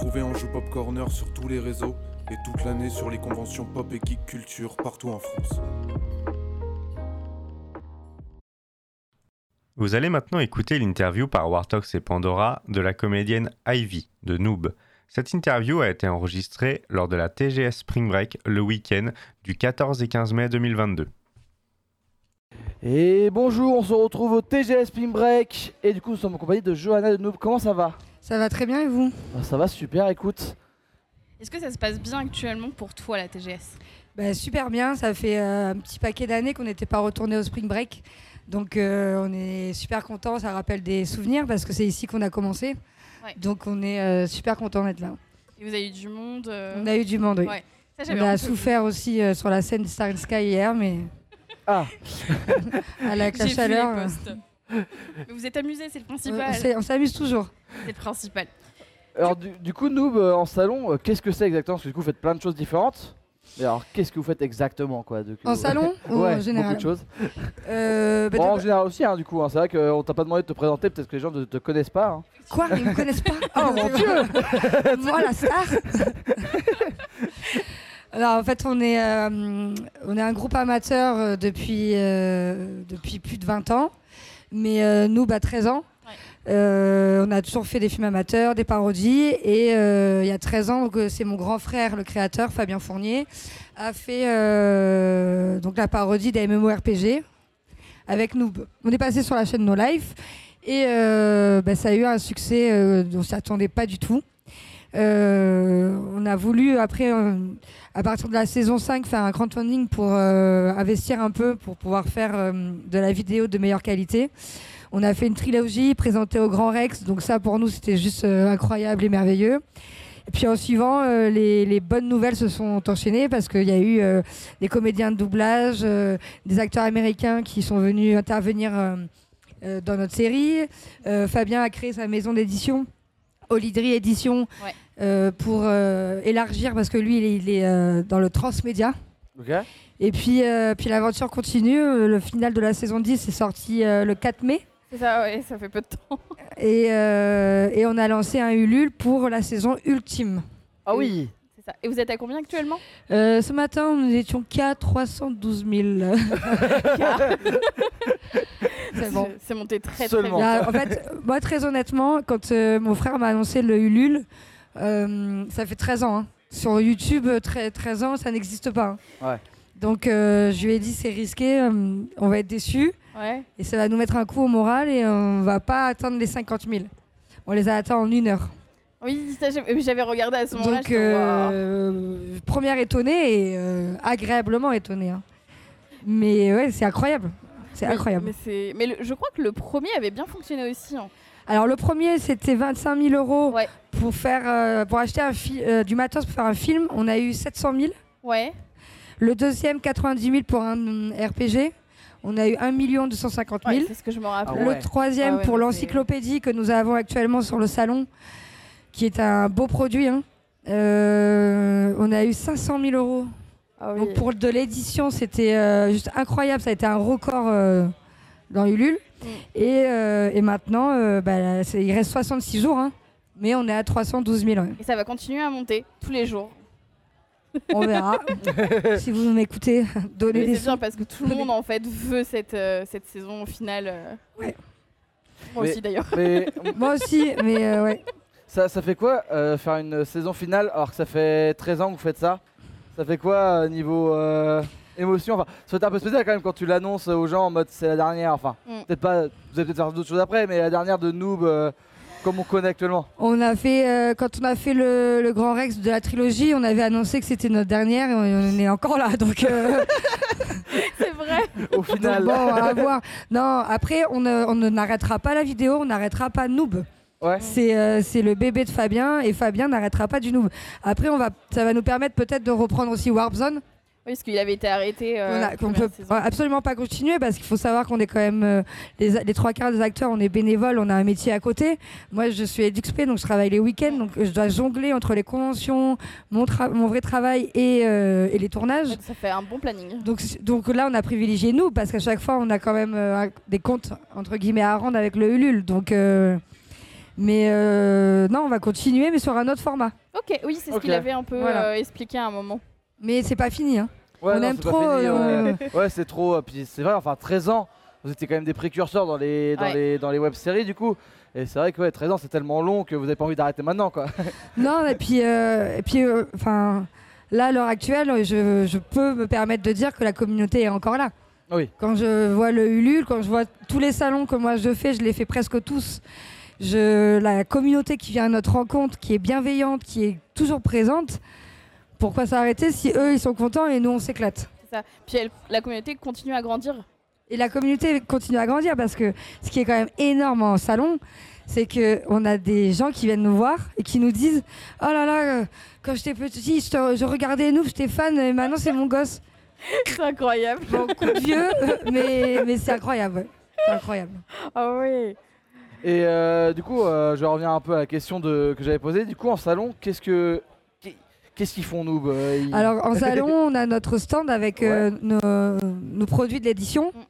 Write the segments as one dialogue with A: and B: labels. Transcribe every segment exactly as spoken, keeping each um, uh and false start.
A: retrouver en Joue Pop Corner sur tous les réseaux et toute l'année sur les conventions pop et geek culture partout en France.
B: Vous allez maintenant écouter l'interview par Wartox et Pandora de la comédienne Ivy de Noob. Cette interview a été enregistrée lors de la T G S Spring Break le week-end du quatorze et quinze mai deux mille vingt-deux.
C: Et bonjour, on se retrouve au T G S Spring Break et du coup nous sommes en compagnie de Johanna de Noob. Comment ça va?
D: Ça va très bien et vous?
C: Ça va super, écoute.
E: Est-ce que ça se passe bien actuellement pour toi la T G S?
D: Bah, super bien, ça fait euh, un petit paquet d'années qu'on n'était pas retourné au Spring Break. Donc euh, on est super contents, ça rappelle des souvenirs parce que c'est ici qu'on a commencé.
E: Ouais.
D: Donc on est euh, super contents d'être là.
E: Et vous avez eu du monde euh...
D: On a eu du monde, oui.
E: Ouais. Ça,
D: on a souffert vu. aussi euh, sur la scène Star in Sky hier, mais...
C: Ah
D: avec la
E: J'ai
D: chaleur.
E: Vu les posts. Mais vous êtes amusés, c'est le principal.
D: On, on s'amuse toujours.
E: C'est le principal.
C: Alors du, du coup Noob euh, en salon, euh, qu'est-ce que c'est exactement? Parce que du coup vous faites plein de choses différentes. Mais alors qu'est-ce que vous faites exactement quoi, de...
D: En salon ou
C: ouais,
D: en général?
C: Beaucoup de choses.
D: Euh, bah,
C: bon, en
D: de...
C: général aussi hein, du coup, hein. C'est vrai qu'on t'a pas demandé de te présenter, peut-être que les gens ne te connaissent pas. Hein.
D: Quoi? Ils me connaissent pas?
C: Oh mon dieu.
D: Moi la star. Alors en fait on est, euh, on est un groupe amateur euh, depuis, euh, depuis plus de vingt ans, mais euh, Noob a treize ans.
E: Ouais.
D: Euh, on a toujours fait des films amateurs, des parodies et euh, il y a treize ans, donc, c'est mon grand frère, le créateur, Fabien Fournier, a fait euh, donc, la parodie des MMORPG avec Noob. On est passé sur la chaîne No Life et euh, bah, ça a eu un succès euh, dont on ne s'y attendait pas du tout. Euh, on a voulu après, euh, à partir de la saison cinq, faire un crowdfunding pour euh, investir un peu pour pouvoir faire euh, de la vidéo de meilleure qualité. On a fait une trilogie présentée au Grand Rex, donc ça pour nous c'était juste euh, incroyable et merveilleux. Et puis en suivant, euh, les, les bonnes nouvelles se sont enchaînées parce qu'il y a eu euh, des comédiens de doublage, euh, des acteurs américains qui sont venus intervenir euh, euh, dans notre série. Euh, Fabien a créé sa maison d'édition, Olydri Édition,
E: ouais.
D: euh, pour euh, élargir parce que lui il est, il est euh, dans le transmédia.
C: Okay.
D: Et puis, euh, puis l'aventure continue. Le final de la saison dix est sorti euh, le quatre mai.
E: C'est ça, ouais, ça fait peu de temps.
D: Et, euh, et on a lancé un Ulule pour la saison ultime.
C: Ah oui.
E: C'est ça. Et vous êtes à combien actuellement?
D: euh, Ce matin, nous étions qu'à trois cent douze mille.
E: C'est bon. C'est monté très
C: Seulement.
E: très vite.
D: Là, en fait, moi, très honnêtement, quand euh, mon frère m'a annoncé le Ulule, euh, ça fait treize ans. Hein. Sur YouTube, treize ans, ça n'existe pas.
C: Hein. Ouais.
D: Donc, euh, je lui ai dit, c'est risqué, euh, on va être déçus.
E: Ouais.
D: Et ça va nous mettre un coup au moral et on va pas atteindre les cinquante mille. On les a atteints en une heure.
E: Oui, ça, j'avais regardé à ce moment-là.
D: Donc, euh, wow. Première étonnée et euh, agréablement étonnée. Hein. Mais ouais, c'est incroyable. C'est
E: oui,
D: incroyable.
E: Mais, c'est... mais le, je crois que le premier avait bien fonctionné aussi. Hein.
D: Alors le premier, c'était vingt-cinq mille euros
E: ouais.
D: pour, faire, euh, pour acheter un fi- euh, du matos pour faire un film. On a eu sept cent mille.
E: Ouais.
D: Le deuxième, quatre-vingt-dix mille pour un R P G. On a eu un million deux cent cinquante mille.
E: Ouais, c'est ce que je me rappelle.
C: Ah ouais.
D: Le troisième,
E: ah ouais,
D: pour
E: c'est...
D: l'encyclopédie que nous avons actuellement sur le salon, qui est un beau produit. Hein. Euh, on a eu cinq cent mille euros.
E: Ah oui.
D: Donc pour de l'édition, c'était euh, juste incroyable. Ça a été un record euh, dans Ulule. Mm. Et, euh, et maintenant, euh, bah, il reste soixante-six jours. Hein, mais on est à trois cent douze mille. Ouais.
E: Et ça va continuer à monter tous les jours.
D: On verra. Si vous m'écoutez, donnez
E: mais
D: des
E: c'est bien parce que tout le monde en fait veut cette, euh, cette saison finale. Euh...
D: Ouais.
E: Moi
C: mais,
E: aussi d'ailleurs.
C: Mais...
D: Moi aussi, mais euh, ouais.
C: Ça, ça fait quoi euh, faire une saison finale alors que ça fait treize ans que vous faites ça? Ça fait quoi euh, niveau euh, émotion? Enfin, ça va être un peu spécial quand même quand tu l'annonces aux gens en mode c'est la dernière. Enfin, mm. peut-être pas, vous allez peut-être faire d'autres choses après, mais la dernière de Noob. Euh, Comme on connaît actuellement.
D: On a fait, euh, quand on a fait le, le Grand Rex de la trilogie, on avait annoncé que c'était notre dernière et on, on est encore là. Donc, euh...
E: c'est vrai.
C: Au final.
D: Donc bon, à voir. Non, après, on ne, on ne n'arrêtera pas la vidéo, on n'arrêtera pas Noob.
C: Ouais.
D: C'est, euh, c'est le bébé de Fabien et Fabien n'arrêtera pas du Noob. Après, on va, ça va nous permettre peut-être de reprendre aussi Warp Zone.
E: Oui, parce qu'il avait été arrêté. Euh,
D: on a, qu'on peut saison. absolument pas continuer parce qu'il faut savoir qu'on est quand même euh, les, les trois quarts des acteurs, on est bénévoles, on a un métier à côté. Moi, je suis EduxP, donc je travaille les week-ends, donc je dois jongler entre les conventions, mon, tra- mon vrai travail et, euh, et les tournages.
E: Ça fait un bon planning.
D: Donc, donc là, on a privilégié nous parce qu'à chaque fois, on a quand même euh, des comptes entre guillemets à rendre avec le Ulule. Donc, euh, Mais euh, non, on va continuer, mais sur un autre format.
E: Ok, oui, c'est ce
C: Ok.
E: qu'il avait un peu
D: Voilà.
E: euh, expliqué à un moment.
D: Mais c'est pas fini. Hein.
C: Ouais,
D: on
C: non,
D: aime
C: c'est pas
D: trop.
C: fini,
D: euh,
C: ouais. Ouais, c'est trop. euh, Puis c'est vrai, enfin treize ans, vous étiez quand même des précurseurs dans les, dans
E: Ouais.
C: les, dans les web-séries du coup. Et c'est vrai que ouais, treize ans, c'est tellement long que vous n'avez pas envie d'arrêter maintenant, quoi.
D: Non, et puis, euh, et puis, euh, enfin, là, à l'heure actuelle, je, je peux me permettre de dire que la communauté est encore là.
C: Oui.
D: Quand je vois le Ulule, quand je vois tous les salons que moi je fais, je les fais presque tous. Je, la communauté qui vient à notre rencontre, qui est bienveillante, qui est toujours présente. Pourquoi s'arrêter si eux ils sont contents et nous on s'éclate?
E: C'est ça. Puis elle- la communauté continue à grandir.
D: Et la communauté continue à grandir parce que ce qui est quand même énorme en salon, c'est qu'on a des gens qui viennent nous voir et qui nous disent « Oh là là, euh, quand j'étais petit, je, te- je regardais nous, j'étais fan et maintenant c'est mon gosse.
E: C'est incroyable. »
D: Bon, coup de vieux, mais, mais c'est incroyable. Ouais. C'est incroyable.
E: Ah oui.
C: Et euh, du coup, euh, je reviens un peu à la question de, que j'avais posée. Du coup, en salon, qu'est-ce que qu'est- qu'est-ce qu'ils font, Noob Euh, ils-
D: Alors en salon, on a notre stand avec euh, nos, nos produits de l'édition.
E: Mm.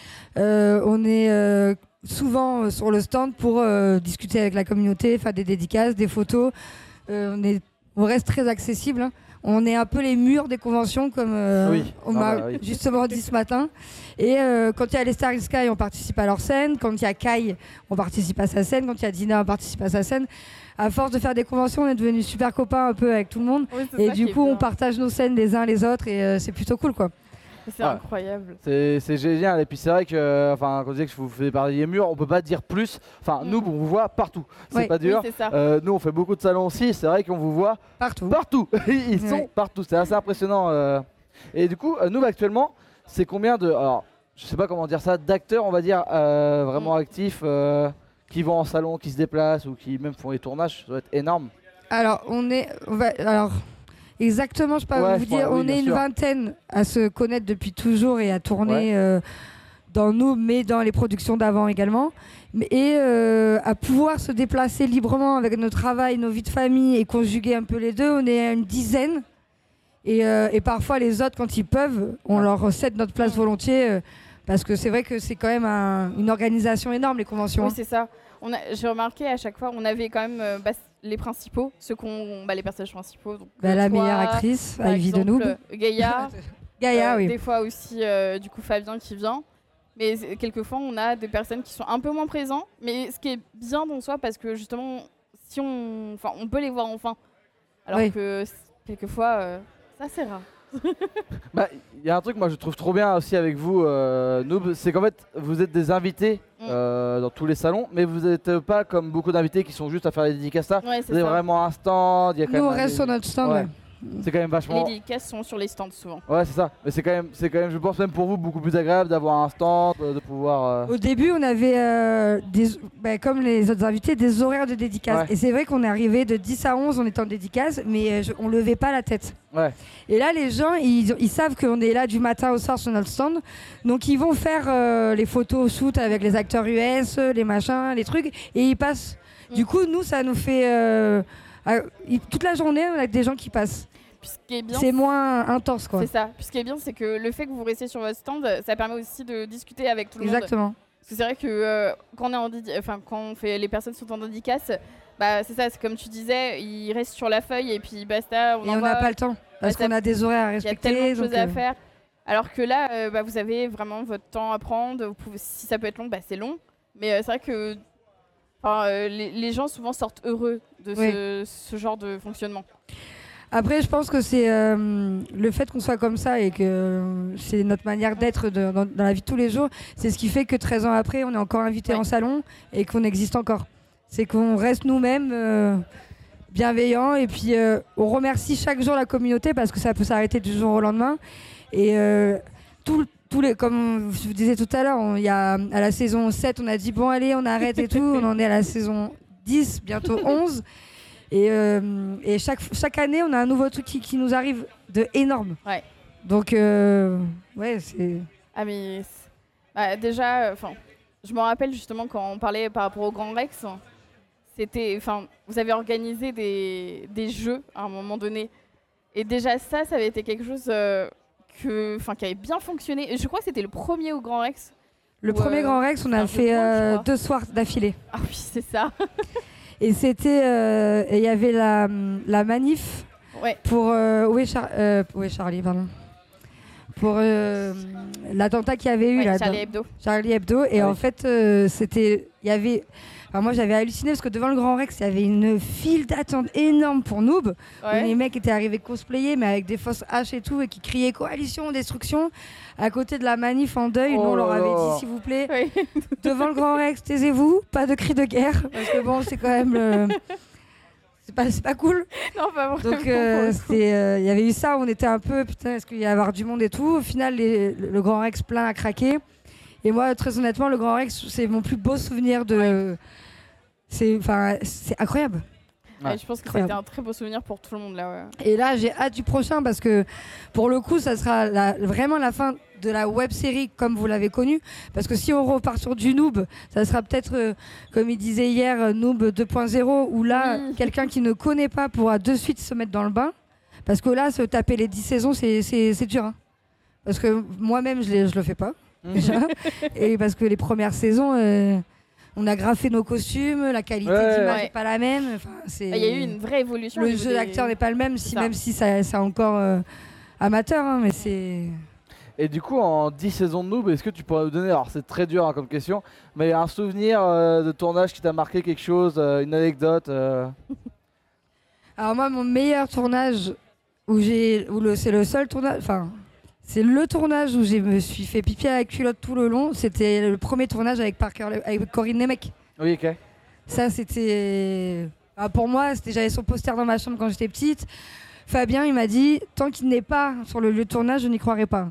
D: Euh, on est euh, souvent euh, sur le stand pour euh, discuter avec la communauté, faire des dédicaces, des photos. Euh, on, est, on reste très accessible. Hein. On est un peu les murs des conventions, comme euh,
C: Oui.
D: on
C: Ah
D: m'a
C: bah oui.
D: justement dit ce matin. Et euh, quand il y a les Starry Sky, on participe à leur scène. Quand il y a Kai, on participe à sa scène. Quand il y a Dina, on participe à sa scène. À force de faire des conventions, on est devenus super copains un peu avec tout le monde.
E: Oui, c'est
D: Et
E: ça
D: du
E: qui est
D: coup, on
E: bien.
D: partage nos scènes les uns les autres et euh, c'est plutôt cool, quoi.
E: C'est
C: Ouais.
E: incroyable.
C: C'est c'est génial. Et puis c'est vrai que, enfin, quand je disais que vous faisiez parler des murs, on peut pas dire plus. Enfin,
E: Mm.
C: Noob, on vous voit partout. C'est
D: Ouais.
C: pas
E: Oui,
C: dur.
E: c'est ça.
C: Euh, nous, on fait beaucoup de salons aussi. C'est vrai qu'on vous voit
D: Partout.
C: partout. Ils sont
D: Ouais.
C: partout. C'est assez impressionnant. euh. Et du coup, euh, Noob actuellement, c'est combien de, alors, je sais pas comment dire ça, d'acteurs, on va dire, euh, vraiment
E: Mm.
C: actifs, euh, qui vont en salon, qui se déplacent ou qui même font les tournages. Ça doit être énorme.
D: Alors, on est. On va, alors, exactement, je peux pas
C: Ouais,
D: vous
C: je
D: dire,
C: crois, oui,
D: on
C: bien
D: est une
C: sûr.
D: vingtaine à se connaître depuis toujours et à tourner
C: Ouais.
D: euh, dans nous, mais dans les productions d'avant également. Mais- Et euh, à pouvoir se déplacer librement avec notre travail, nos vies de famille et conjuguer un peu les deux, on est à une dizaine. Et, euh, et parfois, les autres, quand ils peuvent, on
C: Ouais.
D: leur cède notre place volontiers. euh, parce que c'est vrai que c'est quand même un- une organisation énorme, les conventions.
E: Oui,
D: hein.
E: c'est ça. On a- J'ai remarqué à chaque fois, on avait quand même euh, bah, les principaux, ceux qu'on, bah, les personnages principaux. Donc,
D: Bah,
E: euh,
D: la
E: toi,
D: meilleure actrice,
E: par
D: Ivy de
E: exemple,
D: Noob.
E: euh, Gaïa.
D: Gaïa,
E: Euh,
D: oui.
E: Des fois aussi, euh, du coup, Fabien qui vient. Mais c'est- quelquefois, on a des personnes qui sont un peu moins présents. Mais ce qui est bien dans soi, parce que justement, si on, enfin, on peut les voir enfin. Alors
D: Oui.
E: que c- quelquefois, euh, ça c'est rare.
C: Bah, il y a un truc, moi, je trouve trop bien aussi avec vous, euh, Noob, c'est qu'en fait, vous êtes des invités
E: Mm.
C: euh, dans tous les salons, mais vous n'êtes pas comme beaucoup d'invités qui sont juste à faire des dédicaces. Ça.
E: Ouais,
C: Vous
E: c'est
C: avez
E: ça.
C: vraiment un stand. Il y a quand
D: Nous,
C: même
D: on
C: un-
D: reste sur notre stand.
C: Ouais.
D: ouais.
C: C'est quand même
E: Les
C: vachement.
E: dédicaces sont sur les stands souvent.
C: Ouais, c'est ça. Mais c'est quand même, c'est quand même, je pense même pour vous beaucoup plus agréable d'avoir un stand, euh, de pouvoir. euh,
D: Au début, on avait, euh, des, bah, comme les autres invités, des horaires de dédicaces.
C: Ouais.
D: Et c'est vrai qu'on est arrivé de dix à onze, on était en dédicace, mais euh, je- on levait pas la tête.
C: Ouais.
D: Et là, les gens, ils, ils savent qu'on est là du matin au soir sur notre stand. Donc, ils vont faire euh, les photos shoot avec les acteurs U S, les machins, les trucs, et ils passent.
E: Mm.
D: Du coup, nous, ça nous fait... euh, euh, il- toute la journée, on a des gens qui passent.
E: Puis ce qui est bien,
D: C'est moins intense, quoi.
E: c'est ça. Puis ce qui est bien, c'est que le fait que vous restiez sur votre stand, ça permet aussi de discuter avec tout le monde.
D: Exactement.
E: Parce que c'est vrai que euh, quand, on est en dédi- enfin, quand on fait, les personnes sont en dédicace, bah, c'est ça, c'est comme tu disais, ils restent sur la feuille et puis basta. On
D: Et on
E: envoie.
D: n'a pas le temps, parce
E: ça-
D: qu'on a des horaires à
E: Il y a
D: respecter.
E: tellement de
D: donc,
E: choses à
D: euh,
E: faire. Alors que là, euh, bah, vous avez vraiment votre temps à prendre. Vous pouvez, si ça peut être long, bah, c'est long. Mais euh, c'est vrai que enfin, euh, les, les gens souvent sortent heureux de
D: Oui.
E: ce, ce genre de fonctionnement.
D: Après, je pense que c'est euh, le fait qu'on soit comme ça et que euh, c'est notre manière d'être de- dans, dans la vie de tous les jours, c'est ce qui fait que treize ans après, on est encore invité
E: Ouais.
D: en salon et qu'on existe encore. C'est qu'on reste nous-mêmes euh, bienveillants et puis euh, on remercie chaque jour la communauté parce que ça peut s'arrêter du jour au lendemain. Et euh, tout, tous les, comme je vous disais tout à l'heure, on- il y a, à la saison sept, on a dit bon allez, on arrête et tout. On en est à la saison dix, bientôt onze. Et, euh, et chaque, chaque année, on a un nouveau truc qui, qui nous arrive de énorme.
E: Ouais.
D: Donc, euh, ouais, c'est.
E: Ah mais c'est- bah, déjà, enfin, je me rappelle justement quand on parlait par rapport au Grand Rex, c'était, enfin, vous avez organisé des, des jeux à un moment donné, et déjà ça, ça avait été quelque chose euh, que, enfin, qui avait bien fonctionné. Et je crois que c'était le premier au Grand Rex
D: Le
E: Ou,
D: premier
E: euh,
D: Grand Rex, on
E: c'est
D: a
E: un
D: fait
E: jeu de rôle, je
D: euh,
E: crois.
D: deux soirs d'affilée.
E: Ah oui, c'est ça.
D: Et c'était, euh, et il y avait la, la manif
E: Ouais.
D: pour, euh, où, est Char- euh, où est Charlie, pardon, pour euh, l'attentat qu'il y avait eu
E: Ouais,
D: là,
E: Charlie
D: dans-
E: Hebdo.
D: Charlie Hebdo. Et
C: Ah
D: en
C: oui.
D: fait, euh, c'était, il y avait, enfin, moi j'avais halluciné parce que devant le Grand Rex, il y avait une file d'attente énorme pour Noob. Où
E: Ouais.
D: les mecs étaient arrivés cosplayés, mais avec des fausses haches et tout, et qui criaient coalition, destruction, à côté de la manif en deuil. Nous,
C: Oh
D: on leur
C: là
D: avait
C: là.
D: dit, s'il vous plaît,
E: Oui.
D: devant le Grand Rex, taisez-vous, pas de cris de guerre, parce que bon, c'est quand même le... c'est pas, c'est pas cool.
E: Non, pas vraiment.
D: Donc
E: pour
D: euh,
E: le coup.
D: c'était, euh, il y avait eu ça, on était un peu, putain, est-ce qu'il y a avoir du monde et tout. Au final, les- le Grand Rex plein à craquer. Et moi, très honnêtement, le Grand Rex, c'est mon plus beau souvenir de... C'est, enfin, c'est incroyable.
E: Ouais, je pense que
D: Incroyable.
E: c'était un très beau souvenir pour tout le monde là. Ouais.
D: Et là, j'ai hâte du prochain parce que pour le coup, ça sera la- vraiment la fin de la web série comme vous l'avez connue. Parce que si on repart sur du noob, ça sera peut-être, euh, comme il disait hier, euh, noob deux point zéro, où là,
E: Oui.
D: quelqu'un qui ne connaît pas pourra de suite se mettre dans le bain. Parce que là, se taper les dix saisons, c'est, c'est, c'est dur. Hein. Parce que moi-même, je ne le fais pas. Déjà. Et parce que les premières saisons, euh, on a graffé nos costumes, la qualité
C: Ouais,
D: d'image
E: ouais.
D: n'est pas la même. Enfin, c'est...
E: Il y a eu une vraie évolution. au
D: Le
E: niveau
D: jeu
E: des-
D: d'acteur n'est pas le même, si,
E: ça.
D: même si ça, c'est encore euh, amateur, hein, mais c'est...
C: Et du coup, en dix saisons de Noob, est-ce que tu pourrais nous donner, alors c'est très dur hein, comme question, mais un souvenir euh, de tournage qui t'a marqué quelque chose, euh, une anecdote euh,
D: Alors moi, mon meilleur tournage, où j'ai, où le, c'est le seul tournage, enfin, c'est le tournage où je me suis fait pipi à la culotte tout le long, c'était le premier tournage avec, Parker, avec Corinne Nemec.
C: Oui, ok.
D: Ça, c'était... ah, pour moi, c'était, j'avais son poster dans ma chambre quand j'étais petite. Fabien, il m'a dit, tant qu'il n'est pas sur le lieu de tournage, je n'y croirais pas.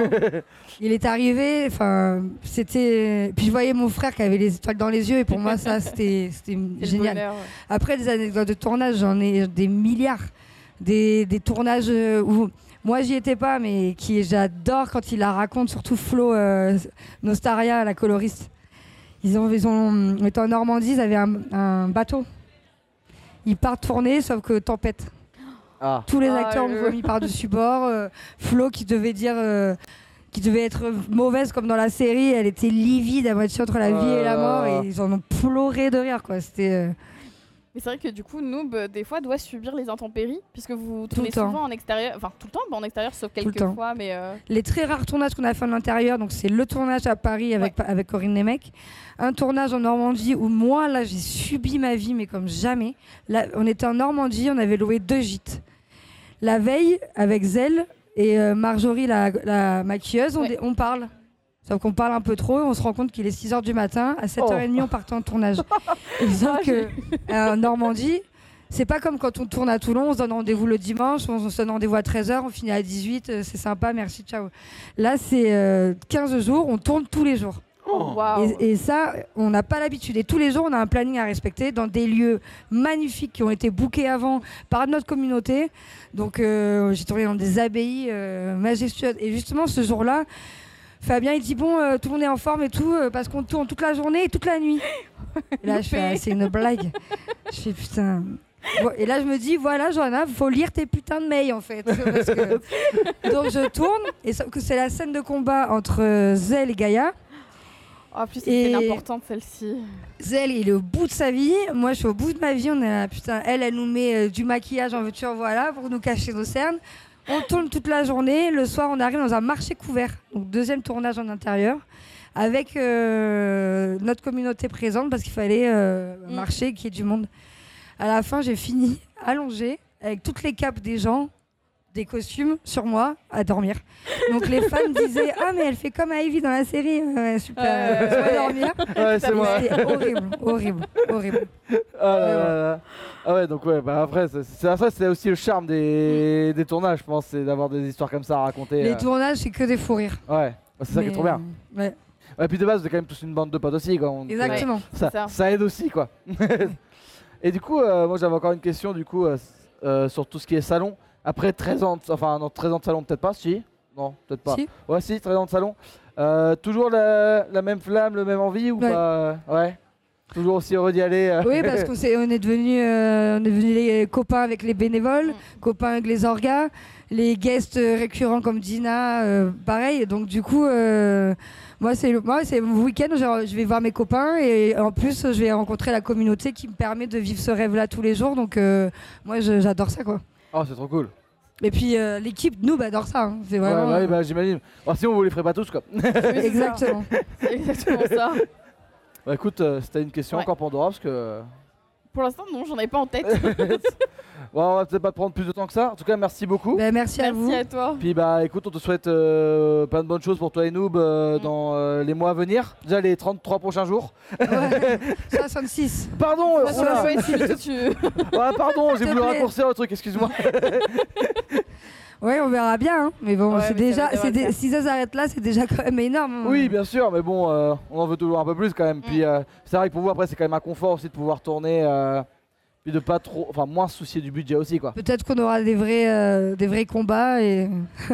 D: Il est arrivé, enfin, c'était... Puis je voyais mon frère qui avait les étoiles dans les yeux, et pour moi, ça, c'était, c'était
E: C'est le
D: génial.
E: bonheur, ouais.
D: Après, des anecdotes de tournage, j'en ai des milliards. Des, des tournages euh, où moi, j'y étais pas, mais qui j'adore quand il la raconte, surtout Flo euh, Nostaria, la coloriste. Ils ont, ils ont ils étaient en Normandie, ils avaient un, un bateau. Ils partent tourner, sauf que tempête.
C: Ah.
D: Tous les
E: Ah,
D: acteurs ont
E: le-
D: vomi par-dessus bord. euh, Flo qui devait dire... euh, qui devait être mauvaise comme dans la série, elle était livide à moitié entre la vie et la mort,
C: Ah.
D: et ils en ont pleuré de rire, quoi. C'était... euh,
E: Mais c'est vrai que du coup, Noob, euh, des fois, doit subir les intempéries, puisque vous
D: Tout
E: tournez
D: le temps.
E: souvent en extérieur, enfin tout le temps, bah, en extérieur, sauf
D: le
E: quelques
D: temps.
E: fois, mais euh,
D: Les très rares tournages qu'on a fait en intérieur, donc c'est le tournage à Paris avec, avec Corinne Nemec, un tournage en Normandie où moi, là, j'ai subi ma vie, mais comme jamais. Là, on était en Normandie, on avait loué deux gîtes. La veille, avec Zelle et euh, Marjorie, la, la maquilleuse, on,
E: Ouais.
D: dé- on parle. Sauf qu'on parle un peu trop, on se rend compte qu'il est six heures du matin, à sept heures trente, on part en tournage. Et sauf que, euh, en Normandie, c'est pas comme quand on tourne à Toulon, on se donne rendez-vous le dimanche, on se donne rendez-vous à treize heures, on finit à dix-huit, euh, c'est sympa, merci, ciao. Là, c'est euh, quinze jours, on tourne tous les jours.
E: oh, waouh.
D: Et, et ça, on n'a pas l'habitude. Et tous les jours, on a un planning à respecter dans des lieux magnifiques qui ont été bookés avant par notre communauté. Donc, euh, j'ai tourné dans des abbayes euh, majestueuses. Et justement, ce jour-là, Fabien, il dit bon, euh, tout le monde est en forme et tout, euh, parce qu'on tourne toute la journée et toute la nuit. Et là, je fais, ah, c'est une blague. Je fais putain. Bon, et là, je me dis, voilà, Johanna, faut lire tes putains de mails en fait. Parce que... Donc, je tourne, et sauf que c'est la scène de combat entre euh, Zelle et Gaïa.
E: Oh, en plus, c'est
D: Et-
E: une importante celle-ci.
D: Zelle, il est au bout de sa vie. Moi, je suis au bout de ma vie. On est là, putain, elle, elle nous met euh, du maquillage en veux-tu, en voilà, pour nous cacher nos cernes. On tourne toute la journée. Le soir, on arrive dans un marché couvert. Donc, deuxième tournage en intérieur. Avec euh, notre communauté présente, parce qu'il fallait euh,
E: Mm.
D: marcher, qu'il y ait du monde. À la fin, j'ai fini allongée, avec toutes les capes des gens, des costumes sur moi, à dormir. Donc, les fans disaient « Ah, mais elle fait comme Ivy dans la série. Ouais, super,
E: Euh,
D: tu vas
E: ouais.
D: dormir. »
C: Ouais, c'est moi.
D: C'était horrible, horrible, horrible.
C: Ah, là, là, là. Ah ouais, donc ouais, bah après, c'est, c'est, après, c'est aussi le charme des, des tournages, je pense, c'est d'avoir des histoires comme ça à raconter.
D: Les
C: euh.
D: tournages, c'est que des fous rires.
C: Ouais, bah, c'est ça qui est
D: Mais,
C: trop bien.
D: euh, Ouais,
C: Ouais, puis de base, vous êtes quand même tous une bande de potes aussi, quoi. On-
D: exactement.
C: Ça,
E: C'est ça.
C: ça aide aussi, quoi. Et du coup, euh, moi j'avais encore une question, du coup, euh, euh, sur tout ce qui est salon. Après treize ans, de, enfin non, treize ans de salon, peut-être pas, si. Non, peut-être pas.
D: Si.
C: Ouais, si, treize ans de salon. Euh, toujours la, la même flamme, le même envie ou
D: Ouais.
C: pas? Ouais. Toujours aussi heureux d'y aller. euh.
D: Oui, parce qu'on s'est- on est devenus euh, on est devenus les copains avec les bénévoles,
E: Mm.
D: copains avec les orgas, les guests euh, récurrents comme Dina, euh, pareil. Donc du coup, euh, moi c'est le moi c'est mon week-end, genre, je vais voir mes copains et en plus je vais rencontrer la communauté qui me permet de vivre ce rêve-là tous les jours. Donc euh, moi je- j'adore ça quoi.
C: Oh, c'est trop cool.
D: Et puis euh, l'équipe, nous, bah, adore ça. hein. C'est
C: Ouais,
D: vraiment.
C: ouais, bah, j'imagine. Bon, sinon, vous les ferez pas tous, quoi.
E: Oui, c'est ça.
D: Exactement.
E: C'est exactement ça.
C: Bah, écoute, euh, c'était une question
E: Ouais.
C: encore Pandora, parce que.
E: Pour l'instant, non, j'en ai pas en tête.
C: Bon, on va peut-être pas te prendre plus de temps que ça. En tout cas, merci beaucoup.
D: Bah, merci, à vous.
E: Merci à toi.
C: Puis bah écoute, on te souhaite euh, plein de bonnes choses pour toi et Noob euh,
E: Mm.
C: dans euh, les mois à venir. Déjà les trente-trois prochains jours.
D: Ouais. soixante-six.
C: Pardon,
E: Moi,
C: oh
E: sur
C: là.
E: le fait, si tu...
C: Ouais, pardon, j'ai
D: S'il te
C: voulu
D: plaît.
C: raccourcir le truc, excuse-moi.
D: Ouais, on verra bien. hein. Mais bon,
E: Ouais,
D: c'est
E: mais ça
D: déjà,
E: va, ça va
D: c'est
E: le
D: dé-
E: faire.
D: si ça s'arrête là, c'est déjà quand même énorme. hein.
C: Oui, bien sûr, mais bon, euh, on en veut toujours un peu plus quand même. Puis euh, c'est vrai que pour vous après, c'est quand même un confort aussi de pouvoir tourner, euh, puis de pas trop, enfin moins se soucier du budget aussi quoi.
D: Peut-être qu'on aura des vrais, euh, des vrais combats et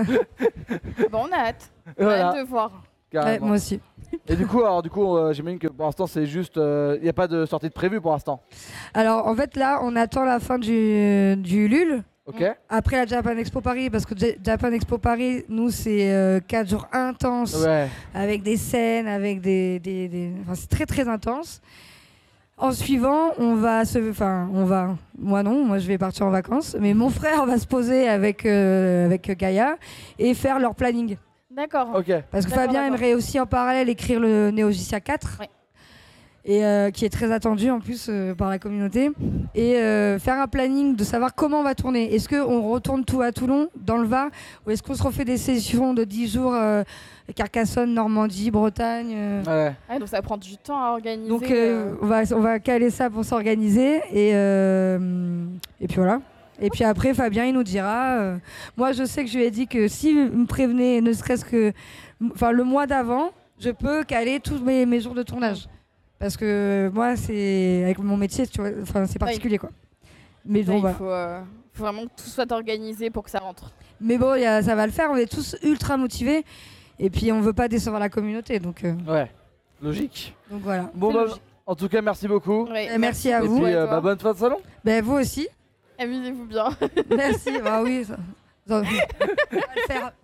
E: Bon, on a hâte. On a
C: Voilà,
E: hâte de voir.
D: ouais,
C: carrément.
D: moi aussi.
C: Et du coup, alors du coup, euh, j'imagine que pour l'instant c'est juste, il n'y a pas de sortie de prévu pour l'instant.
D: Alors en fait là, on attend la fin du, du Lul.
C: Ok.
D: Après la Japan Expo Paris, parce que Ja- Japan Expo Paris, nous c'est quatre jours intenses,
C: Ouais.
D: avec des scènes, avec des, des, des- enfin c'est très très intense. En suivant, on va se, enfin on va, moi non, moi je vais partir en vacances, mais mon frère va se poser avec euh, avec Gaïa et faire leur planning.
E: D'accord.
C: Ok.
D: Parce que
E: D'accord,
D: Fabien
E: d'accord.
D: aimerait aussi en parallèle écrire le Neogicia quatre.
E: Ouais.
D: Et euh, qui est très attendu en plus euh, par la communauté. Et euh, faire un planning de savoir comment on va tourner. Est-ce qu'on retourne tout à Toulon, dans le Var, ou est-ce qu'on se refait des sessions de dix jours euh, Carcassonne, Normandie, Bretagne euh.
C: Ouais.
E: Ah, donc ça prend du temps à organiser.
D: Donc euh,
E: euh,
D: on, va, on va caler ça pour s'organiser. Et, euh, et puis voilà. Et puis après, Fabien, il nous dira. euh, moi, je sais que je lui ai dit que s'il me prévenait, ne serait-ce que enfin, le mois d'avant, je peux caler tous mes, mes jours de tournage. Parce que moi, c'est avec mon métier, tu vois, enfin, c'est particulier, quoi. Mais
E: ouais,
D: bon,
E: il
D: bah.
E: faut, euh, faut vraiment que tout soit organisé pour que ça rentre.
D: Mais bon, y a- ça va le faire. On est tous ultra motivés. Et puis, on veut pas décevoir la communauté. Donc, euh,
C: Ouais. Logique.
D: donc voilà.
C: Bon
E: C'est
C: bah,
E: logique.
C: en tout cas, merci beaucoup.
E: Ouais,
D: Euh, merci à
C: Et
D: vous.
C: puis
E: à
C: euh,
E: toi.
C: bah, bonne fin de salon.
D: Ben, vous aussi.
E: Amusez-vous bien.
D: Merci. Bah oui. Ça, ça- on va le faire.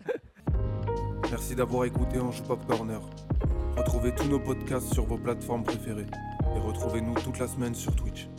A: Merci d'avoir écouté Ange Pop Corner. Retrouvez tous nos podcasts sur vos plateformes préférées et retrouvez-nous toute la semaine sur Twitch.